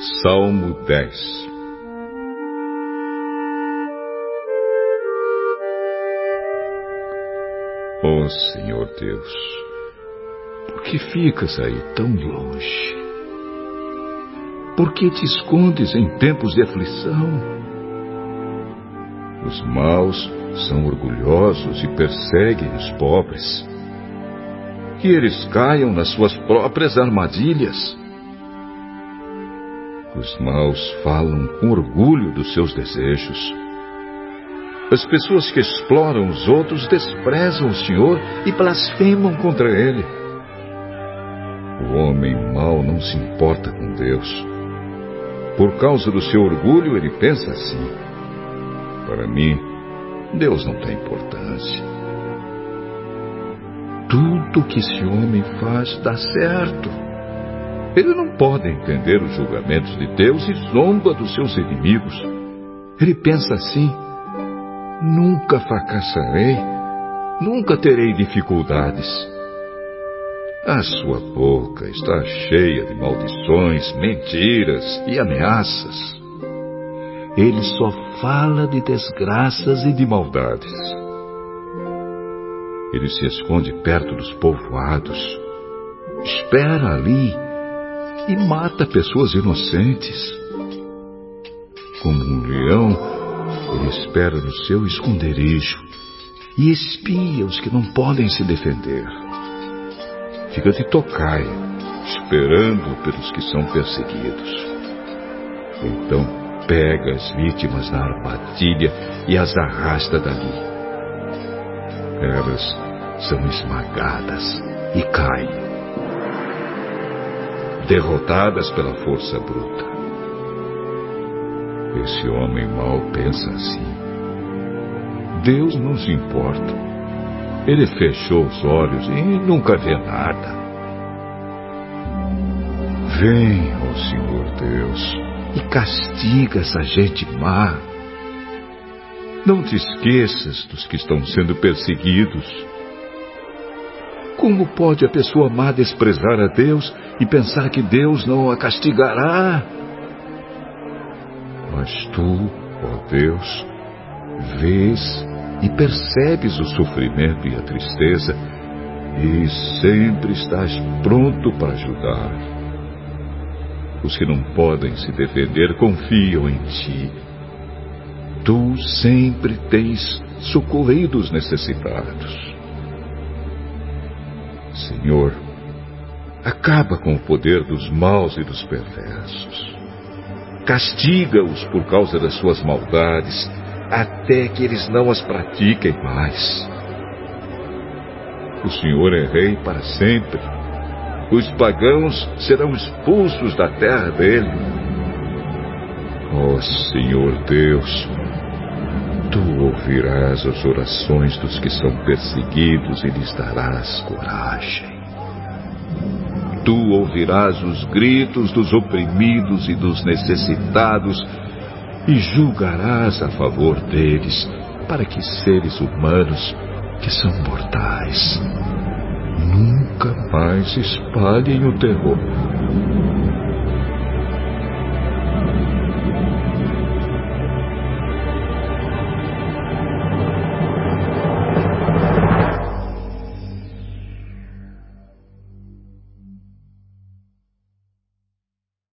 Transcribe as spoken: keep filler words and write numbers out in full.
Salmo dez. Ó Senhor Deus, por que ficas aí tão longe? Por que te escondes em tempos de aflição? Os maus são orgulhosos e perseguem os pobres. Que eles caiam nas suas próprias armadilhas. Os maus falam com orgulho dos seus desejos. As pessoas que exploram os outros desprezam o Senhor e blasfemam contra Ele. O homem mau não se importa com Deus. Por causa do seu orgulho, ele pensa assim: para mim, Deus não tem importância. Tudo que esse homem faz dá certo. Ele não pode entender os julgamentos de Deus e zomba dos seus inimigos. Ele pensa assim: nunca fracassarei, nunca terei dificuldades. A sua boca está cheia de maldições, mentiras e ameaças. Ele só fala de desgraças e de maldades. Ele se esconde perto dos povoados, espera ali e mata pessoas inocentes. Como um leão, ele espera no seu esconderijo e espia os que não podem se defender. Fica de tocaia, esperando pelos que são perseguidos. Então pega as vítimas na armadilha e as arrasta dali. Elas são esmagadas e caem, derrotadas pela força bruta. Esse homem mau pensa assim: Deus não se importa. Ele fechou os olhos e nunca vê nada. Vem, ó Senhor Deus, e castiga essa gente má. Não te esqueças dos que estão sendo perseguidos. Como pode a pessoa má desprezar a Deus e pensar que Deus não a castigará? Mas tu, ó Deus, vês e percebes o sofrimento e a tristeza e sempre estás pronto para ajudar. Os que não podem se defender confiam em ti. Tu sempre tens socorrido os necessitados. Senhor, acaba com o poder dos maus e dos perversos. Castiga-os por causa das suas maldades, até que eles não as pratiquem mais. O Senhor é rei para sempre. Os pagãos serão expulsos da terra dele. Ó Senhor Deus, tu ouvirás as orações dos que são perseguidos e lhes darás coragem. Tu ouvirás os gritos dos oprimidos e dos necessitados e julgarás a favor deles, para que seres humanos, que são mortais, nunca mais espalhem o terror.